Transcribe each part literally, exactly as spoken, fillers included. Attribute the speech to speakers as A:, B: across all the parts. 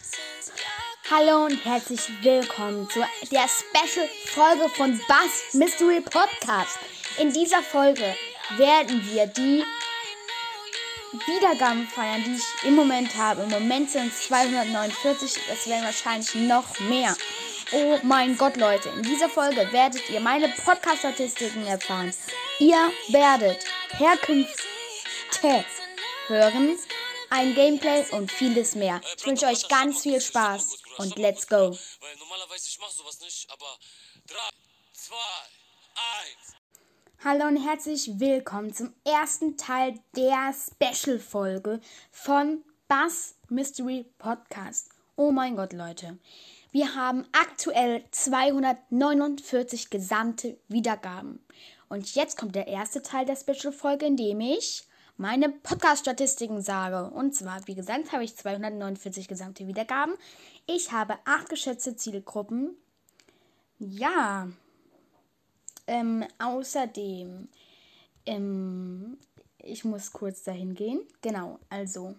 A: Hallo und herzlich willkommen zu der Special-Folge von Buzz Mystery Podcast. In dieser Folge werden wir die Wiedergaben feiern, die ich im Moment habe. Im Moment sind es zweihundertneunundvierzig, es werden wahrscheinlich noch mehr. Oh mein Gott, Leute, in dieser Folge werdet ihr meine Podcast-Statistiken erfahren. Ihr werdet Herkünfte hören, ein Gameplay und vieles mehr. Ich wünsche euch ganz viel Spaß und let's go.
B: Weil normalerweise ich mache sowas nicht, aber drei, zwei, eins.
A: Hallo und herzlich willkommen zum ersten Teil der Special-Folge von Buzz Mystery Podcast. Oh mein Gott, Leute. Wir haben aktuell zweihundertneunundvierzig gesamte Wiedergaben. Und jetzt kommt der erste Teil der Special-Folge, in dem ich meine Podcast-Statistiken sage. Und zwar, wie gesagt, habe ich zweihundertneunundvierzig gesamte Wiedergaben. Ich habe acht geschätzte Zielgruppen. Ja. Ähm, außerdem, ähm, ich muss kurz dahin gehen. Genau, also.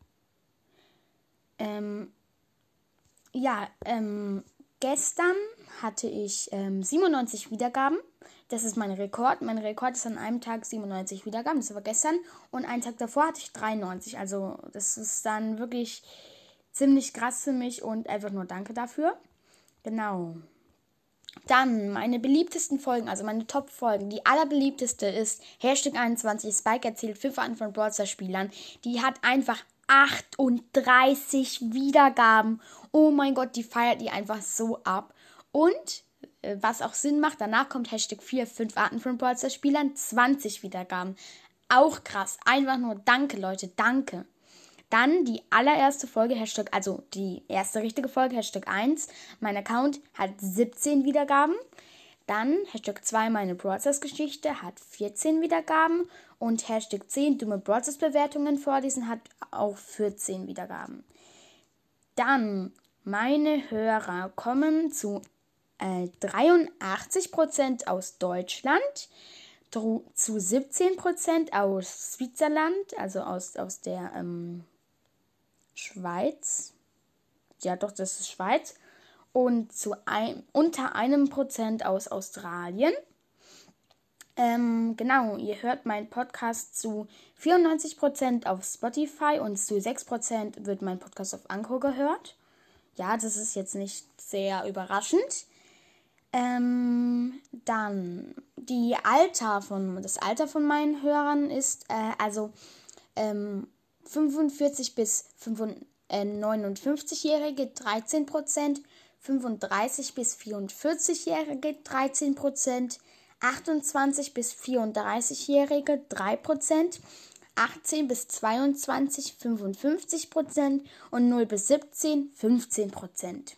A: Ähm, ja, ähm, gestern hatte ich ähm, siebenundneunzig Wiedergaben. Das ist mein Rekord. Mein Rekord ist an einem Tag siebenundneunzig Wiedergaben. Das war gestern. Und einen Tag davor hatte ich dreiundneunzig. Also das ist dann wirklich ziemlich krass für mich. Und einfach nur danke dafür. Genau. Dann meine beliebtesten Folgen, also meine Top-Folgen. Die allerbeliebteste ist Hashtag einundzwanzig. Spike erzählt fünf Arten von Brawl Stars Spielern. Die hat einfach achtunddreißig Wiedergaben. Oh mein Gott, die feiert die einfach so ab. Und was auch Sinn macht, danach kommt Hashtag vier, fünf Arten von Brawl Stars Spielern, zwanzig Wiedergaben. Auch krass. Einfach nur danke, Leute, danke. Dann die allererste Folge, Hashtag, also die erste richtige Folge, Hashtag eins. Mein Account hat siebzehn Wiedergaben. Dann Hashtag zwei, meine Brawl Stars Geschichte, hat vierzehn Wiedergaben. Und Hashtag zehn, dumme Brawl Stars Bewertungen vorlesen, hat auch vierzehn Wiedergaben. Dann meine Hörer kommen zu dreiundachtzig Prozent aus Deutschland, zu siebzehn Prozent aus Switzerland, also aus, aus der ähm, Schweiz. Ja, doch, das ist Schweiz. Und zu ein, unter einem Prozent aus Australien. Ähm, genau, ihr hört meinen Podcast zu vierundneunzig Prozent auf Spotify und zu sechs Prozent wird mein Podcast auf Anchor gehört. Ja, das ist jetzt nicht sehr überraschend. Ähm, dann die Alter von, das Alter von meinen Hörern ist, äh, also ähm, fünfundvierzig bis neunundfünfzig-Jährige dreizehn Prozent, fünfunddreißig bis vierundvierzig-Jährige dreizehn Prozent, achtundzwanzig bis vierunddreißig-Jährige drei Prozent, achtzehn bis zweiundzwanzig fünfundfünfzig Prozent und null bis siebzehn fünfzehn Prozent.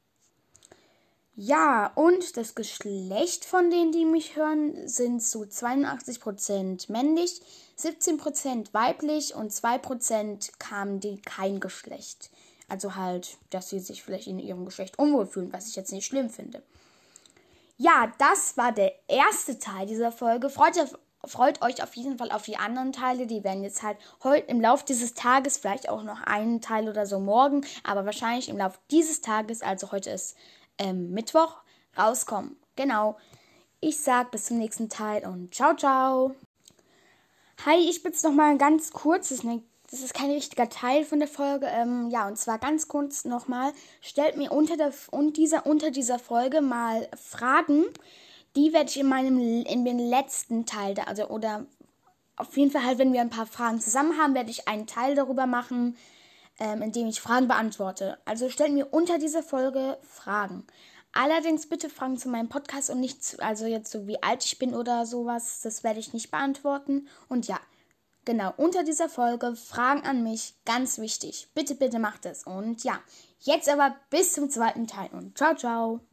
A: Ja, und das Geschlecht von denen, die mich hören, sind zu zweiundachtzig Prozent männlich, siebzehn Prozent weiblich und zwei Prozent haben die kein Geschlecht. Also halt, dass sie sich vielleicht in ihrem Geschlecht unwohl fühlen, was ich jetzt nicht schlimm finde. Ja, das war der erste Teil dieser Folge. Freut, freut euch auf jeden Fall auf die anderen Teile. Die werden jetzt halt heute im Laufe dieses Tages, vielleicht auch noch einen Teil oder so morgen, aber wahrscheinlich im Laufe dieses Tages, also heute ist Ähm, Mittwoch rauskommen. Genau. Ich sag bis zum nächsten Teil und ciao, ciao. Hi, ich bin's nochmal ganz kurz. Das ist, eine, das ist kein richtiger Teil von der Folge. Ähm, ja, und zwar ganz kurz nochmal. Stellt mir unter, der, und dieser, unter dieser Folge mal Fragen. Die werde ich in meinem in dem letzten Teil, da, also oder auf jeden Fall halt, wenn wir ein paar Fragen zusammen haben, werde ich einen Teil darüber machen, Ähm, indem ich Fragen beantworte. Also stellt mir unter dieser Folge Fragen. Allerdings bitte Fragen zu meinem Podcast und nicht zu, also jetzt so wie alt ich bin oder sowas, das werde ich nicht beantworten. Und ja, genau, unter dieser Folge Fragen an mich, ganz wichtig. Bitte, bitte macht es. Und ja, jetzt aber bis zum zweiten Teil und ciao, ciao.